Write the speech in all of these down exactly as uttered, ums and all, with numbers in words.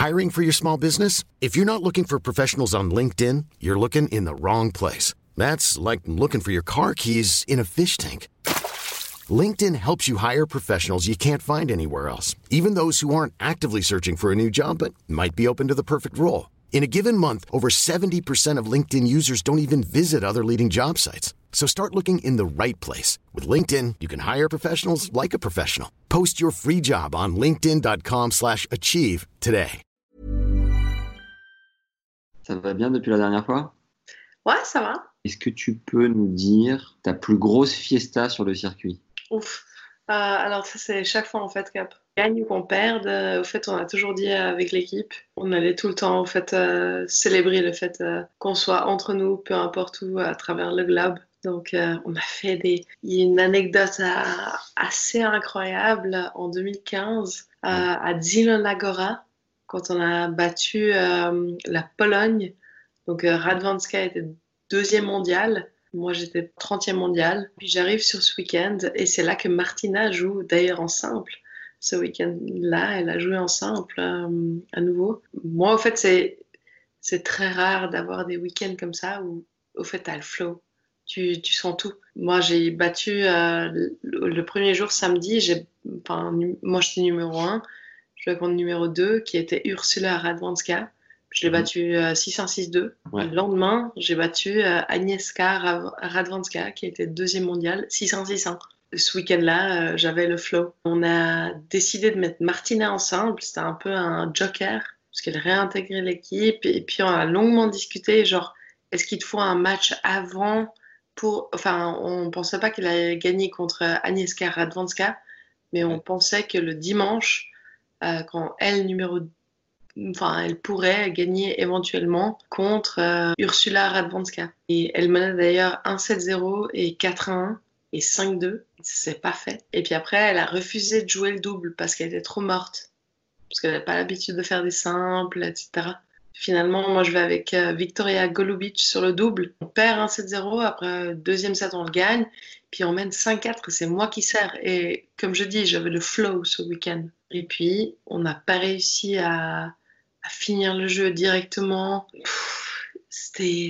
Hiring for your small business? If you're not looking for professionals on LinkedIn, you're looking in the wrong place. That's like looking for your car keys in a fish tank. LinkedIn helps you hire professionals you can't find anywhere else, even those who aren't actively searching for a new job but might be open to the perfect role. In a given month, over seventy percent of LinkedIn users don't even visit other leading job sites. So start looking in the right place. With LinkedIn, you can hire professionals like a professional. Post your free job on linkedin.com slash achieve today. Ça va bien depuis la dernière fois? Ouais, ça va. Est-ce que tu peux nous dire ta plus grosse fiesta sur le circuit? Ouf. Euh, alors ça, c'est chaque fois en fait qu'on gagne ou qu'on perde. Euh, au fait, on a toujours dit euh, avec l'équipe, on allait tout le temps au fait euh, célébrer le fait euh, qu'on soit entre nous, peu importe où, à travers le globe. Donc, euh, on a fait des. Il y a une anecdote euh, assez incroyable en deux mille quinze euh, à Zielona-Góra, quand on a battu euh, la Pologne. Donc, euh, Radwanska était deuxième mondial. Moi, j'étais trentième mondial. Puis j'arrive sur ce week-end et c'est là que Martina joue, d'ailleurs en simple. Ce week-end-là, elle a joué en simple euh, à nouveau. Moi, au fait, c'est, c'est très rare d'avoir des week-ends comme ça où, au fait, t'as le flow. Tu, tu sens tout. Moi, j'ai battu euh, le, le premier jour, samedi, j'ai, enfin, nu- moi, j'étais numéro un. Je jouais contre numéro deux, qui était Ursula Radwanska. Je l'ai battu euh, six un six deux. Ouais. Le lendemain, j'ai battu euh, Agnieszka Ra- Radwanska, qui était deuxième mondiale, six un six un. Ce week-end-là, euh, j'avais le flow. On a décidé de mettre Martina en simple. C'était un peu un joker, parce qu'elle réintégrait l'équipe. Et puis, on a longuement discuté, genre, est-ce qu'il te faut un match avant pour... Enfin, on pensait pas qu'elle allait gagner contre Agnieszka Radwanska, mais on pensait que le dimanche, euh, quand elle, numéro Enfin, elle pourrait gagner éventuellement contre euh, Ursula Radwanska. Et elle menait d'ailleurs un sept zéro et quatre un et cinq deux. C'est pas fait. Et puis après, elle a refusé de jouer le double parce qu'elle était trop morte. Parce qu'elle n'a pas l'habitude de faire des simples, et cetera. Finalement, moi, je vais avec euh, Victoria Golubic sur le double. On perd un sept zéro, après le deuxième set, on le gagne. Puis on mène cinq quatre, c'est moi qui sers. Et comme je dis, j'avais le flow ce week-end. Et puis, on n'a pas réussi à à finir le jeu directement. Pff, c'était,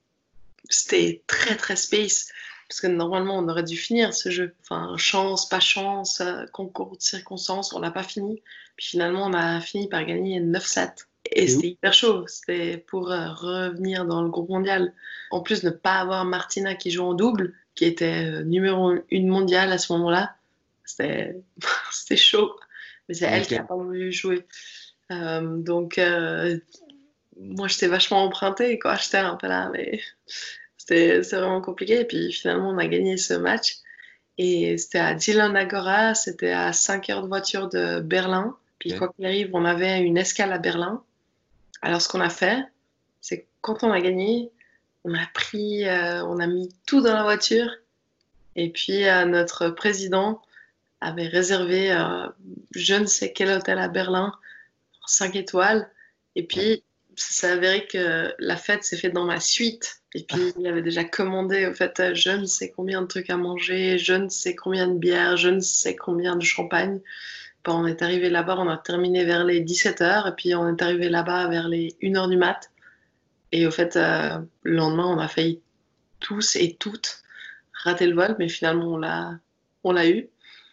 c'était très très space. Parce que normalement, on aurait dû finir ce jeu. Enfin, chance, pas chance, euh, concours de circonstances, on l'a pas fini. Puis finalement, on a fini par gagner neuf sept. Et c'était hyper chaud. C'était pour euh, revenir dans le groupe mondial. En plus, ne pas avoir Martina qui joue en double, qui était euh, numéro une mondiale à ce moment-là, c'était, c'était chaud. Mais c'est Ok. elle qui a pas voulu jouer. Euh, donc, euh, moi, j'étais vachement empruntée, quoi. J'étais un peu là, mais c'était, c'était vraiment compliqué. Et puis, finalement, on a gagné ce match. Et c'était à Zielona-Góra, c'était à cinq heures de voiture de Berlin. Puis, Ok. quoi qu'il arrive, on avait une escale à Berlin. Alors, ce qu'on a fait, c'est que quand on a gagné, on a pris, euh, on a mis tout dans la voiture. Et puis, euh, notre président avait réservé euh, je ne sais quel hôtel à Berlin, cinq étoiles. Et puis, ça s'est avéré que la fête s'est faite dans ma suite. Et puis, il avait déjà commandé, au fait, je ne sais combien de trucs à manger, je ne sais combien de bières, je ne sais combien de champagne. Bon, on est arrivé là-bas, on a terminé vers les dix-sept heures, et puis on est arrivé là-bas vers les une heure du mat. Et au fait, euh, le lendemain, on a failli tous et toutes rater le vol, mais finalement, on l'a, on l'a eu.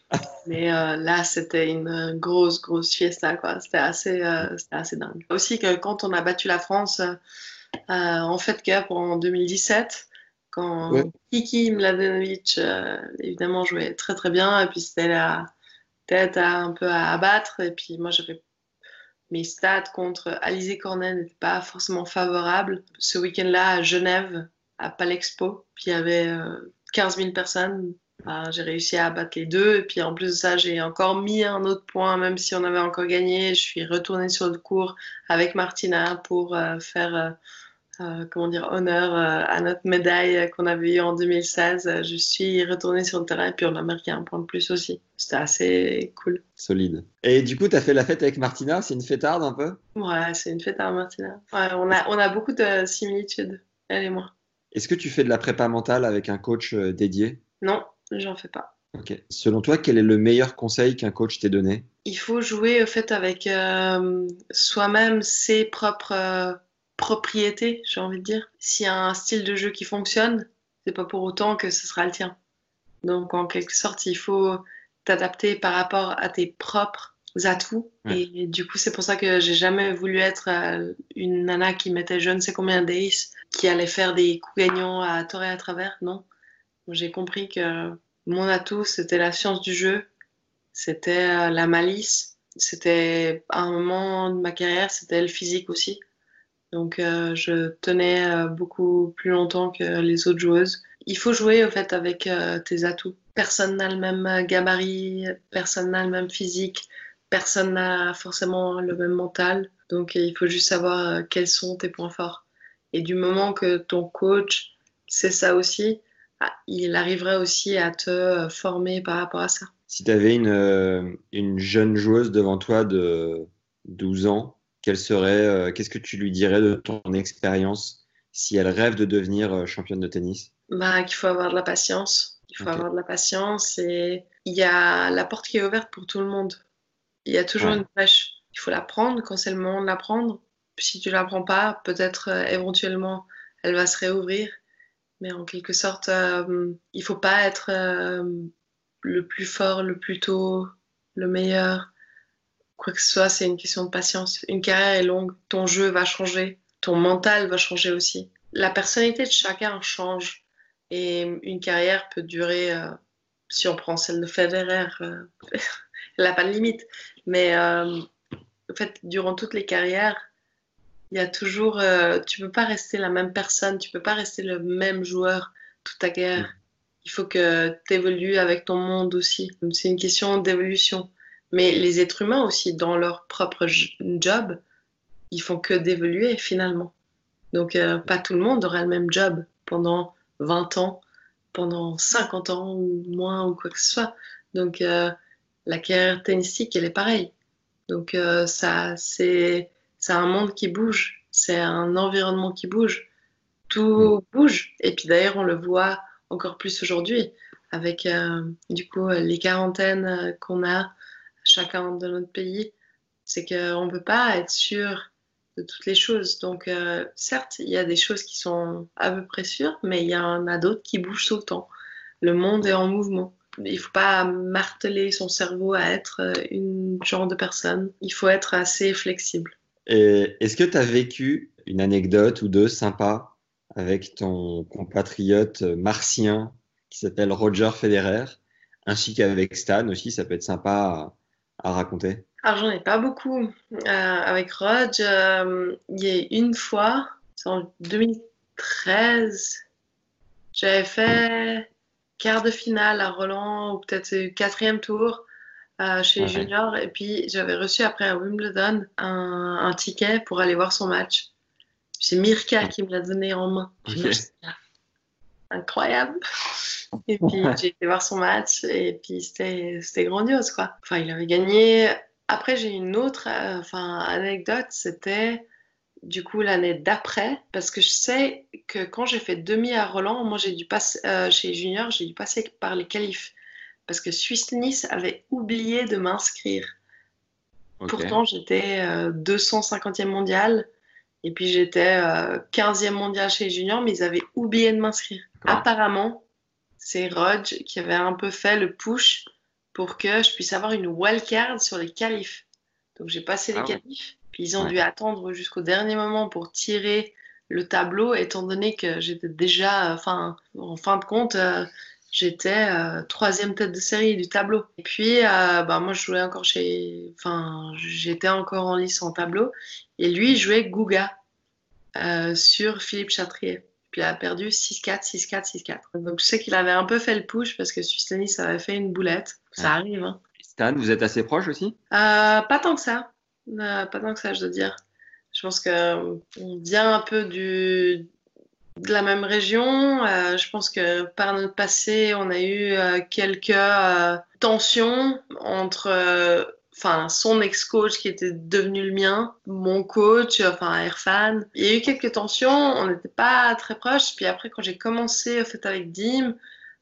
Mais euh, là, c'était une grosse, grosse fiesta, quoi. C'était assez, euh, c'était assez dingue. Aussi que quand on a battu la France euh, en Fed Cup en deux mille dix-sept, quand Ouais. Kiki Mladenovic, euh, évidemment, jouait très, très bien. Et puis, c'était la tête à, un peu à abattre. Et puis, moi, j'avais mes stats contre Alizé Cornet n'étaient pas forcément favorables. Ce week-end-là, à Genève, à Palexpo, puis il y avait euh, quinze mille personnes. Bah, j'ai réussi à abattre les deux. Et puis en plus de ça, j'ai encore mis un autre point, même si on avait encore gagné. Je suis retournée sur le court avec Martina pour euh, faire euh, euh, comment dire, honneur euh, à notre médaille qu'on avait eue en deux mille seize. Je suis retournée sur le terrain et puis on a marqué un point de plus aussi. C'était assez cool. Solide. Et du coup, tu as fait la fête avec Martina, c'est une fêtarde un peu? Ouais, c'est une fête à Martina. Ouais, on a, on a beaucoup de similitudes, elle et moi. Est-ce que tu fais de la prépa mentale avec un coach euh, dédié? Non, j'en fais pas. Ok. Selon toi, quel est le meilleur conseil qu'un coach t'ait donné? Il faut jouer au fait avec euh, soi-même ses propres euh, propriétés, j'ai envie de dire. S'il y a un style de jeu qui fonctionne, c'est pas pour autant que ce sera le tien. Donc, en quelque sorte, il faut t'adapter par rapport à tes propres atouts. Ouais. Et du coup, c'est pour ça que j'ai jamais voulu être euh, une nana qui mettait je ne sais combien d'ace, qui allait faire des coups gagnants à tort et à travers. Non. J'ai compris que mon atout, c'était la science du jeu, c'était euh, la malice, c'était à un moment de ma carrière, c'était le physique aussi. Donc, euh, je tenais euh, beaucoup plus longtemps que les autres joueuses. Il faut jouer au fait avec euh, tes atouts. Personne n'a le même gabarit, personne n'a le même physique, personne n'a forcément le même mental. Donc il faut juste savoir euh, quels sont tes points forts. Et du moment que ton coach sait ça aussi, ah, il arriverait aussi à te euh, former par rapport à ça. Si tu avais une, euh, une jeune joueuse devant toi de douze ans, quelle serait, euh, qu'est-ce que tu lui dirais de ton expérience si elle rêve de devenir euh, championne de tennis? Bah, qu'il faut avoir de la patience. Il faut Ok. avoir de la patience et il y a la porte qui est ouverte pour tout le monde. Il y a toujours Ouais. une brèche. Il faut la prendre quand c'est le moment de la prendre. Si tu la prends pas, peut-être euh, éventuellement elle va se réouvrir. Mais en quelque sorte, euh, il faut pas être euh, le plus fort, le plus tôt, le meilleur. Quoi que ce soit, c'est une question de patience. Une carrière est longue, ton jeu va changer, ton mental va changer aussi. La personnalité de chacun change. Et une carrière peut durer, euh, si on prend celle de Federer, euh, elle n'a pas de limite. Mais euh, en fait, durant toutes les carrières, il y a toujours, euh, tu peux pas rester la même personne, tu peux pas rester le même joueur toute ta carrière. Mm. Il faut que tu évolues avec ton monde aussi. C'est une question d'évolution. Mais les êtres humains aussi, dans leur propre j- job, ils font que d'évoluer finalement. Donc, euh, pas tout le monde aura le même job pendant vingt ans, pendant cinquante ans ou moins ou quoi que ce soit. Donc, euh, la carrière tennistique, elle est pareille. Donc euh, ça, c'est, c'est un monde qui bouge, c'est un environnement qui bouge, Mm. tout bouge. Et puis d'ailleurs, on le voit encore plus aujourd'hui avec euh, du coup les quarantaines euh, qu'on a chacun de notre pays. C'est qu'on ne peut pas être sûr de toutes les choses. Donc euh, certes, il y a des choses qui sont à peu près sûres, mais il y en a d'autres qui bougent tout le temps. Le monde est en mouvement. Il faut pas marteler son cerveau à être euh, une genre de personne. Il faut être assez flexible. Et est-ce que tu as vécu une anecdote ou deux sympas avec ton compatriote martien qui s'appelle Roger Federer, ainsi qu'avec Stan aussi, ça peut être sympa à, à raconter. Alors, j'en ai pas beaucoup. Euh, avec Rog, euh, il y a une fois, c'est en deux mille treize, j'avais fait quart de finale à Roland, ou peut-être quatrième tour euh, chez les Ouais. juniors, et puis j'avais reçu après à Wimbledon un, un ticket pour aller voir son match. C'est Mirka qui me l'a donné en main. Puis moi, Ok. j'étais là, incroyable. Et puis j'ai été voir son match et puis c'était c'était grandiose quoi. Enfin, il avait gagné. Après, j'ai une autre euh, enfin, anecdote, c'était du coup l'année d'après, parce que je sais que quand j'ai fait demi à Roland, moi j'ai dû passer euh, chez les juniors, j'ai dû passer par les qualifs, parce que Swiss Tennis avait oublié de m'inscrire. Ok. Pourtant, j'étais euh, deux cent cinquantième mondial. Et puis j'étais euh, quinzième mondial chez les juniors, mais ils avaient oublié de m'inscrire. D'accord. Apparemment, c'est Rog qui avait un peu fait le push pour que je puisse avoir une wildcard sur les qualifs. Donc j'ai passé les Ah ouais. qualifs, puis ils ont Ouais. dû attendre jusqu'au dernier moment pour tirer le tableau, étant donné que j'étais déjà, enfin, en fin de compte, euh, j'étais euh, troisième tête de série du tableau. Et puis, euh, bah, moi, je jouais encore chez, enfin, j'étais encore en lice en tableau, et lui, il jouait Gouga euh, sur Philippe Chatrier. Puis il a perdu six quatre, six quatre, six quatre. Donc je sais qu'il avait un peu fait le push parce que Suisse Tennis avait fait une boulette. Ça Ouais. arrive, hein. Stan, vous êtes assez proches aussi? Euh, pas tant que ça. Euh, pas tant que ça, je dois dire. Je pense que euh, on vient un peu du, de la même région. Euh, je pense que par notre passé, on a eu euh, quelques euh, tensions entre euh, enfin, son ex-coach qui était devenu le mien, mon coach, enfin Irfan. Il y a eu quelques tensions, on n'était pas très proches. Puis après, quand j'ai commencé en fait, avec Dim,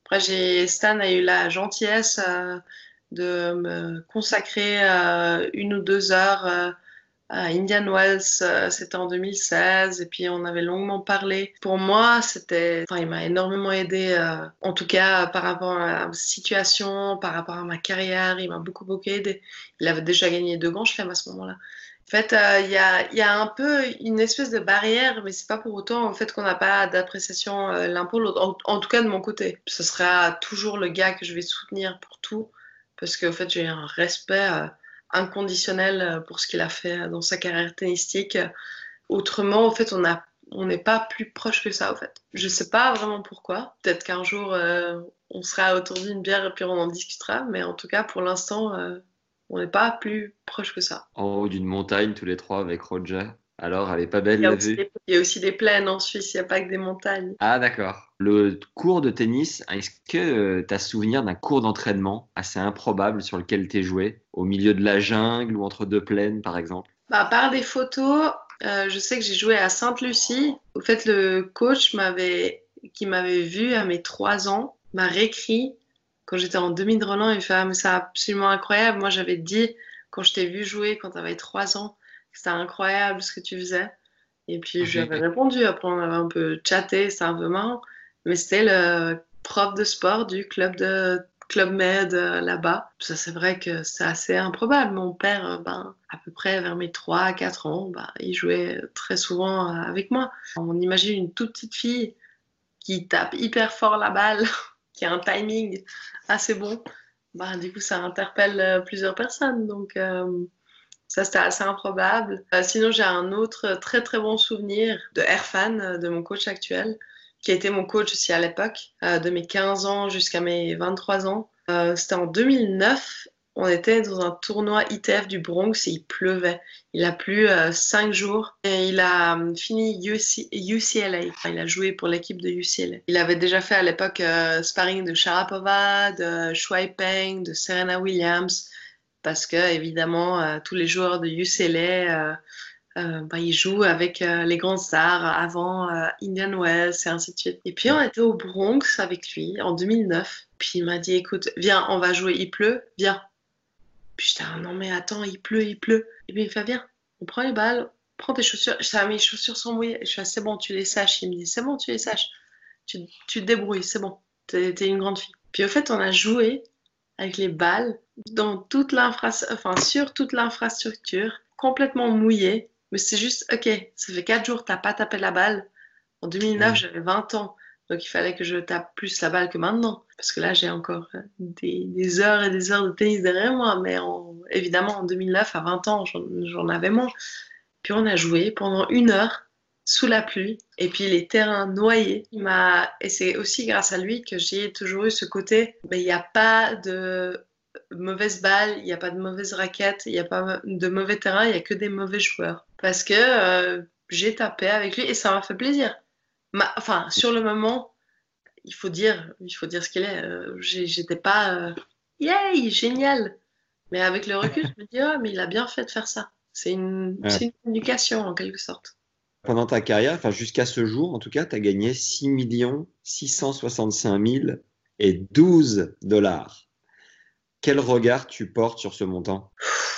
Après, j'ai, Stan a eu la gentillesse euh, de me consacrer euh, une ou deux heures euh, à Indian Wells. Euh, c'était en deux mille seize et puis on avait longuement parlé. Pour moi, c'était, enfin, il m'a énormément aidé, euh, en tout cas par rapport à la situation, par rapport à ma carrière. Il m'a beaucoup, beaucoup aidé. Il avait déjà gagné deux grands chelems à ce moment-là. En fait, euh, il y a, il y a un peu une espèce de barrière, mais c'est pas pour autant en fait qu'on n'a pas d'appréciation euh, l'un pour l'autre. En, en tout cas de mon côté, ce sera toujours le gars que je vais soutenir pour tout, parce qu'en fait j'ai un respect euh, inconditionnel euh, pour ce qu'il a fait euh, dans sa carrière tennistique. Autrement, en fait, on a, on n'est pas plus proche que ça, en fait. Je sais pas vraiment pourquoi. Peut-être qu'un jour euh, on sera autour d'une bière et puis on en discutera, mais en tout cas pour l'instant. Euh, On n'est pas plus proche que ça. En haut d'une montagne, tous les trois avec Roger. Alors, elle est pas belle Il y a la aussi vue? des, il y a aussi des plaines en Suisse, il n'y a pas que des montagnes. Ah, d'accord. Le cours de tennis, est-ce que tu as souvenir d'un cours d'entraînement assez improbable sur lequel tu joué, au milieu de la jungle ou entre deux plaines, par exemple? Bah, par des photos, euh, je sais que j'ai joué à Sainte-Lucie. Au fait, le coach m'avait, qui m'avait vu à mes trois ans m'a réécrit quand j'étais en demi de Roland. Il me fait ah, mais c'est absolument incroyable. Moi, j'avais dit, quand je t'ai vu jouer quand tu avais trois ans, que c'était incroyable ce que tu faisais. Et puis, je lui avais répondu. Après, on avait un peu chatté, c'était un peu marrant. Mais c'était le prof de sport du club de Club Med euh, là-bas. Ça, c'est vrai que c'est assez improbable. Mon père, euh, ben, à peu près vers mes trois à quatre ans, ben, il jouait très souvent euh, avec moi. On imagine une toute petite fille qui tape hyper fort la balle, qui a un timing assez bon. Ben, du coup, ça interpelle euh, plusieurs personnes. Donc, euh, ça, c'était assez improbable. Euh, sinon, j'ai un autre très très bon souvenir de Erfan, euh, de mon coach actuel, qui a été mon coach aussi à l'époque, euh, de mes quinze ans jusqu'à mes vingt-trois ans. Euh, c'était en deux mille neuf. On était dans un tournoi I T F du Bronx et il pleuvait. Il a plu euh, cinq jours et il a euh, fini U C U C L A. Enfin, il a joué pour l'équipe de U C L A. Il avait déjà fait à l'époque euh, sparring de Sharapova, de Shuai Peng, de Serena Williams, parce que évidemment euh, tous les joueurs de U C L A euh, euh, bah, ils jouent avec euh, les grandes stars avant euh, Indian Wells et ainsi de suite. Et puis on était au Bronx avec lui en deux mille neuf. Puis il m'a dit écoute, viens, on va jouer, il pleut, viens. Puis j'étais ah, non mais attends, il pleut, il pleut. Et puis il me fait viens, on prend les balles, prends tes chaussures. Je savais mes chaussures sont mouillées. Je fais c'est bon, tu les saches. Il me dit c'est bon, tu les saches. Tu, tu te débrouilles, c'est bon. T'es, t'es une grande fille. Puis au fait on a joué avec les balles dans toute l'infrastructure, enfin sur toute l'infrastructure, complètement mouillée. Mais c'est juste, ok, ça fait quatre jours, t'as pas tapé la balle. En deux mille neuf, Ouais. j'avais vingt ans. Donc il fallait que je tape plus la balle que maintenant. Parce que là, j'ai encore euh, des, des heures et des heures de tennis derrière moi. Mais en- évidemment, en deux mille neuf, à vingt ans, j'en, j'en avais moins. Puis on a joué pendant une heure sous la pluie. Et puis les terrains noyés. Il m'a... Et c'est aussi grâce à lui que j'ai toujours eu ce côté. Mais il n'y a pas de mauvaise balle, il n'y a pas de mauvaise raquette, il n'y a pas de mauvais terrain, il n'y a que des mauvais joueurs. Parce que euh, j'ai tapé avec lui et ça m'a fait plaisir. Ma- Enfin, sur le moment, il faut dire, il faut dire ce qu'il est. Euh, j'ai- j'étais pas, euh, yay, génial. Mais avec le recul, je me dis, oh, mais il a bien fait de faire ça. C'est une, Ouais. c'est une éducation en quelque sorte. Pendant ta carrière, enfin jusqu'à ce jour, en tout cas, tu as gagné six millions six cent soixante-cinq mille et douze dollars. Quel regard tu portes sur ce montant?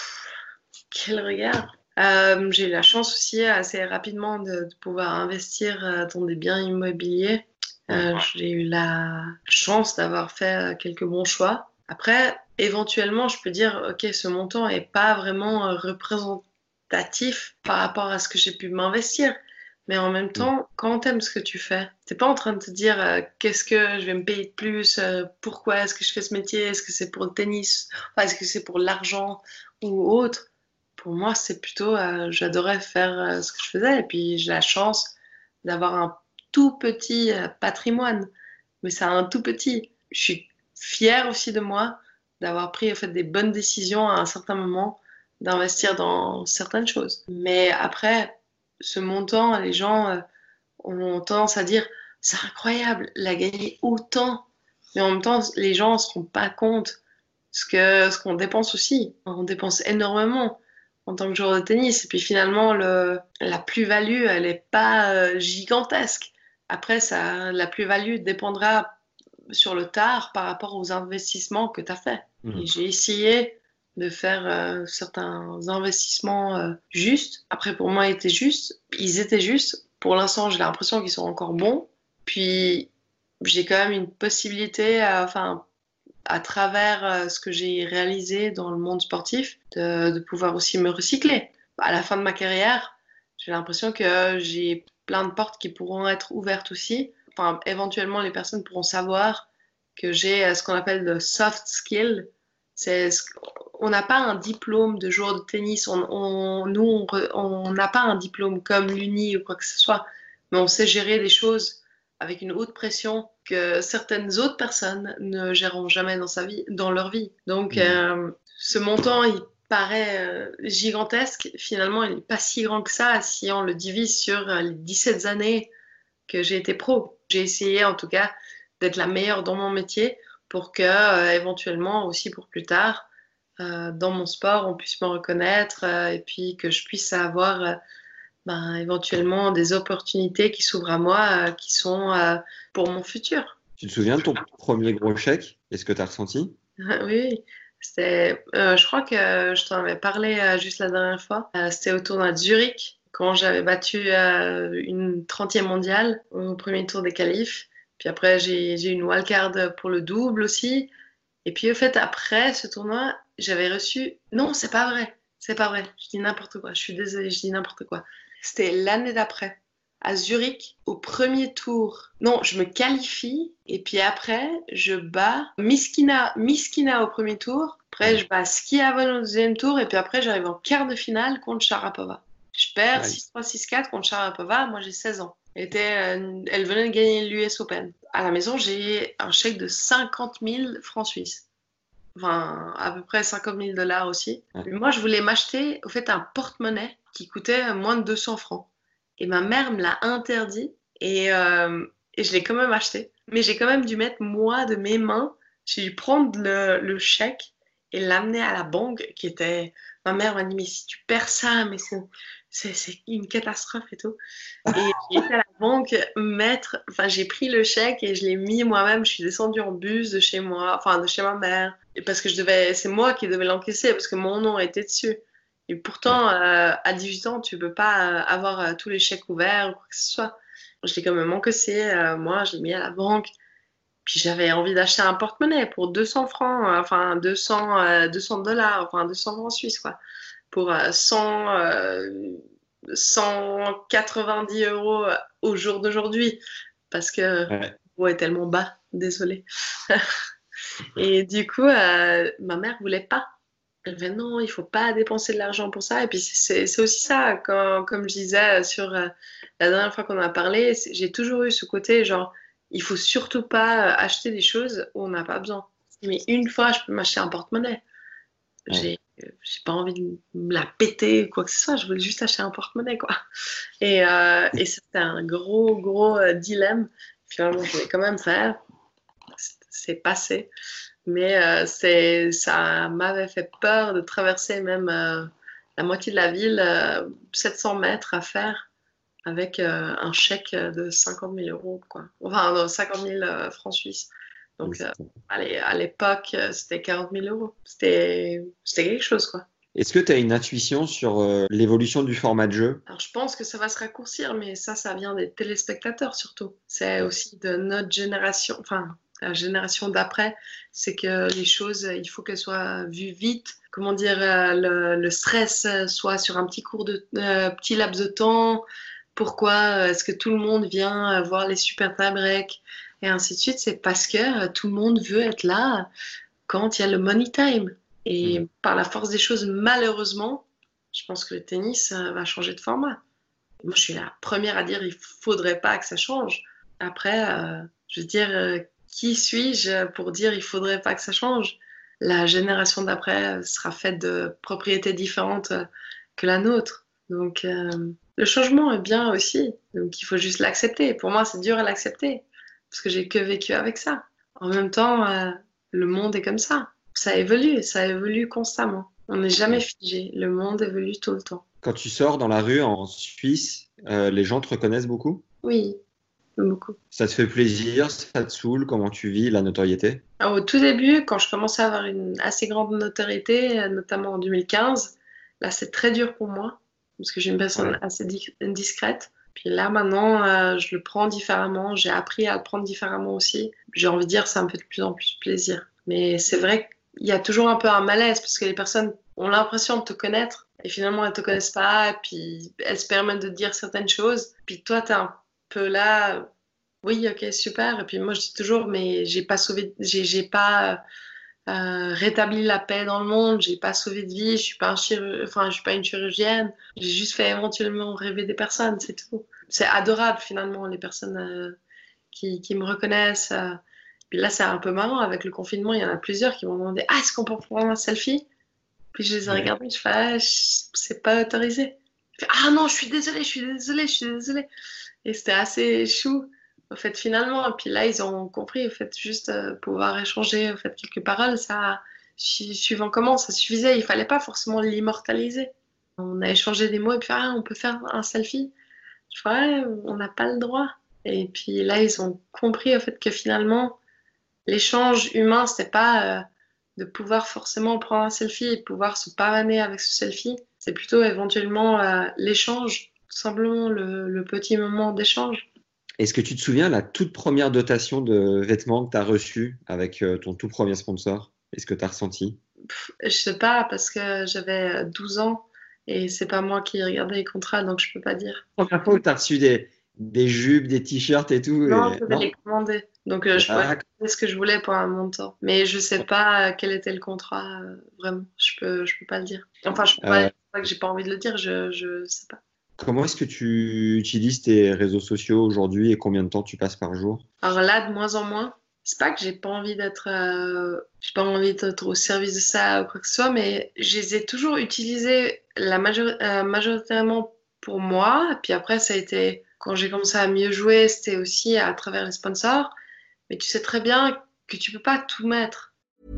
Quel regard! Euh, j'ai eu la chance aussi assez rapidement de, de pouvoir investir euh, dans des biens immobiliers. Euh, j'ai eu la chance d'avoir fait euh, quelques bons choix. Après, éventuellement, je peux dire, ok, ce montant n'est pas vraiment euh, représentatif par rapport à ce que j'ai pu m'investir. Mais en même temps, quand tu aimes ce que tu fais, t'es pas en train de te dire euh, qu'est-ce que je vais me payer de plus, euh, pourquoi est-ce que je fais ce métier, est-ce que c'est pour le tennis, enfin, est-ce que c'est pour l'argent ou autre. Pour moi, c'est plutôt, euh, j'adorais faire euh, ce que je faisais et puis j'ai la chance d'avoir un tout petit euh, patrimoine, mais c'est un tout petit. Je suis fière aussi de moi d'avoir pris en fait, des bonnes décisions à un certain moment, d'investir dans certaines choses. Mais après, ce montant, les gens euh, ont tendance à dire c'est incroyable, il a gagné autant. Mais en même temps, les gens ne se rendent pas compte ce que, ce qu'on dépense aussi. On dépense énormément en tant que joueur de tennis. Et puis finalement, le, la plus-value, elle n'est pas euh, gigantesque. Après, ça, la plus-value dépendra sur le tard par rapport aux investissements que tu as faits. Mmh. Et j'ai essayé de faire euh, certains investissements euh, justes. Après, pour moi, ils étaient justes. Ils étaient justes. Pour l'instant, j'ai l'impression qu'ils sont encore bons. Puis, j'ai quand même une possibilité, à, enfin, à travers euh, ce que j'ai réalisé dans le monde sportif, de, de pouvoir aussi me recycler. À la fin de ma carrière, j'ai l'impression que j'ai plein de portes qui pourront être ouvertes aussi. Enfin, éventuellement, les personnes pourront savoir que j'ai euh, ce qu'on appelle le soft skill. C'est ce on n'a pas un diplôme de joueur de tennis. On, on, nous, on n'a pas un diplôme comme l'Uni ou quoi que ce soit, mais on sait gérer des choses avec une haute pression que certaines autres personnes ne géreront jamais dans, sa vie, dans leur vie. Donc, mmh. euh, ce montant, il paraît euh, gigantesque. Finalement, il n'est pas si grand que ça si on le divise sur euh, les dix-sept années que j'ai été pro. J'ai essayé, en tout cas, d'être la meilleure dans mon métier pour que, euh, éventuellement, aussi pour plus tard, euh, dans mon sport, on puisse me reconnaître euh, et puis que je puisse avoir euh, ben, éventuellement des opportunités qui s'ouvrent à moi, euh, qui sont euh, pour mon futur. Tu te souviens de ton premier gros chèque? Est-ce que tu as ressenti? Oui, c'était, euh, je crois que je t'en avais parlé euh, juste la dernière fois. Euh, c'était au tournoi de Zurich, quand j'avais battu euh, une trentième mondiale au premier tour des qualifs. Puis après, j'ai, j'ai eu une wildcard pour le double aussi. Et puis, au fait, après ce tournoi, j'avais reçu... Non, c'est pas vrai. C'est pas vrai. Je dis n'importe quoi. Je suis désolée, je dis n'importe quoi. C'était l'année d'après, à Zurich, au premier tour. Non, je me qualifie. Et puis après, je bats Miskina, Miskina au premier tour. Après, je bats Schiavone au deuxième tour. Et puis après, j'arrive en quart de finale contre Sharapova. Je perds six trois, six quatre contre Sharapova. Moi, j'ai seize ans. Elle, était, euh, elle venait de gagner l'U S Open. À la maison, j'ai un chèque de cinquante mille francs suisses. Enfin, à peu près cinquante mille dollars aussi. Ouais. Moi, je voulais m'acheter, au fait, un porte-monnaie qui coûtait moins de deux cents francs. Et ma mère me l'a interdit et, euh, et je l'ai quand même acheté. Mais j'ai quand même dû mettre, moi, de mes mains, j'ai dû prendre le, le chèque et l'amener à la banque qui était... Ma mère m'a dit, mais si tu perds ça, mais c'est, c'est, c'est une catastrophe et tout. Et j'ai été à la banque mettre... Enfin, j'ai pris le chèque et je l'ai mis moi-même. Je suis descendue en bus de chez moi, enfin, de chez ma mère. Et parce que je devais... C'est moi qui devais l'encaisser parce que mon nom était dessus. Et pourtant, euh, à dix-huit ans, tu ne peux pas euh, avoir euh, tous les chèques ouverts ou quoi que ce soit. Je l'ai quand même encaissé. Euh, moi, je l'ai mis à la banque. Puis j'avais envie d'acheter un porte-monnaie pour deux cents francs, euh, enfin deux cents, euh, deux cents dollars, enfin deux cents francs suisses, quoi. Pour euh, cent, euh, cent quatre-vingt-dix euros au jour d'aujourd'hui. Parce que ouais. l'euro est tellement bas, désolée. Et du coup, euh, ma mère ne voulait pas. Elle me dit non, il ne faut pas dépenser de l'argent pour ça. Et puis c'est, c'est aussi ça, quand, comme je disais sur euh, la dernière fois qu'on a parlé, j'ai toujours eu ce côté genre, il ne faut surtout pas acheter des choses où on n'a pas besoin. Mais une fois, je peux m'acheter un porte-monnaie. Ouais. J'ai, j'ai pas envie de me la péter ou quoi que ce soit, je voulais juste acheter un porte-monnaie, quoi. Et, euh, et c'était un gros, gros euh, dilemme. Finalement, je voulais quand même faire. C'est passé. Mais euh, c'est, ça m'avait fait peur de traverser même euh, la moitié de la ville, euh, sept cents mètres à faire, avec euh, un chèque de cinquante mille euros, quoi. Enfin, cinquante mille euh, francs suisses. Donc, euh, allez, à l'époque, c'était quarante mille euros. C'était, c'était quelque chose, quoi. Est-ce que tu as une intuition sur euh, l'évolution du format de jeu? Alors, je pense que ça va se raccourcir, mais ça, ça vient des téléspectateurs, surtout. C'est aussi de notre génération, enfin... la génération d'après, c'est que les choses, il faut qu'elles soient vues vite. Comment dire, le, le stress soit sur un petit court de, euh, petit laps de temps. Pourquoi est-ce que tout le monde vient voir les super tie-breaks et ainsi de suite? C'est parce que tout le monde veut être là quand il y a le money time. Et mmh. par la force des choses, malheureusement, je pense que le tennis va changer de format. Moi, je suis la première à dire il faudrait pas que ça change. Après, euh, je veux dire... Euh, qui suis-je pour dire il faudrait pas que ça change? La génération d'après sera faite de propriétés différentes que la nôtre. Donc, euh, le changement est bien aussi. Donc, il faut juste l'accepter. Pour moi, c'est dur à l'accepter parce que j'ai que vécu avec ça. En même temps, euh, le monde est comme ça. Ça évolue, ça évolue constamment. On n'est jamais figé. Le monde évolue tout le temps. Quand tu sors dans la rue en Suisse, euh, les gens te reconnaissent beaucoup? Oui. J'aime beaucoup. Ça te fait plaisir, ça te saoule, comment tu vis la notoriété? Alors, au tout début, quand je commençais à avoir une assez grande notoriété, notamment en deux mille quinze, là, c'est très dur pour moi, parce que j'ai une personne Ouais. assez di- discrète. Puis là, maintenant, euh, je le prends différemment. J'ai appris à le prendre différemment aussi. J'ai envie de dire, ça me fait de plus en plus plaisir. Mais c'est vrai qu'il y a toujours un peu un malaise, parce que les personnes ont l'impression de te connaître, et finalement, elles te connaissent pas, et puis elles se permettent de dire certaines choses. Puis toi, t'es un peu là, oui, ok, super. Et puis moi, je dis toujours, mais j'ai pas sauvé, j'ai, j'ai pas euh, rétabli la paix dans le monde, j'ai pas sauvé de vie, je suis pas un chirurg... enfin, je suis pas une chirurgienne, j'ai juste fait éventuellement rêver des personnes, c'est tout. C'est adorable finalement, les personnes euh, qui, qui me reconnaissent. euh. Puis là, c'est un peu marrant, avec le confinement, il y en a plusieurs qui m'ont demandé, ah, est-ce qu'on peut prendre un selfie? Puis je les ai Ouais. regardés, je fais, ah, je- c'est pas autorisé. Je fais, ah non, je suis désolée, je suis désolée, je suis désolée. Et c'était assez chou, au fait, finalement. Et puis là, ils ont compris, au fait, juste euh, pouvoir échanger, au fait, quelques paroles, ça, su- suivant comment, ça suffisait. Il fallait pas forcément l'immortaliser. On a échangé des mots et puis, ah, on peut faire un selfie. Je fais, ouais, on n'a pas le droit. Et puis là, ils ont compris, au fait, que finalement, l'échange humain, c'était pas euh, de pouvoir forcément prendre un selfie et pouvoir se pavaner avec ce selfie. C'est plutôt éventuellement euh, l'échange, tout simplement le, le petit moment d'échange. Est-ce que tu te souviens la toute première dotation de vêtements que tu as reçue avec euh, ton tout premier sponsor? Est-ce que tu as ressenti? Pff, je sais pas, parce que j'avais douze ans et c'est pas moi qui regardais les contrats, donc je peux pas dire. Première fois où tu as reçu des, des jupes, des t-shirts et tout, Non, et... je devais les non? commander. Donc euh, je pouvais D'accord. commander ce que je voulais pour un montant. Mais je sais pas euh, quel était le contrat, euh, vraiment. Je peux, je peux pas le dire. Enfin, je peux pas, Euh, c'est pas que j'ai pas envie de le dire, je, je sais pas. Comment est-ce que tu utilises tes réseaux sociaux aujourd'hui et combien de temps tu passes par jour? Alors là, de moins en moins, c'est pas que j'ai pas envie d'être, euh, j'ai pas envie d'être au service de ça ou quoi que ce soit, mais je les ai toujours utilisés la major- euh, majoritairement pour moi. Puis après, ça a été, quand j'ai commencé à mieux jouer, c'était aussi à travers les sponsors. Mais tu sais très bien que tu peux pas tout mettre.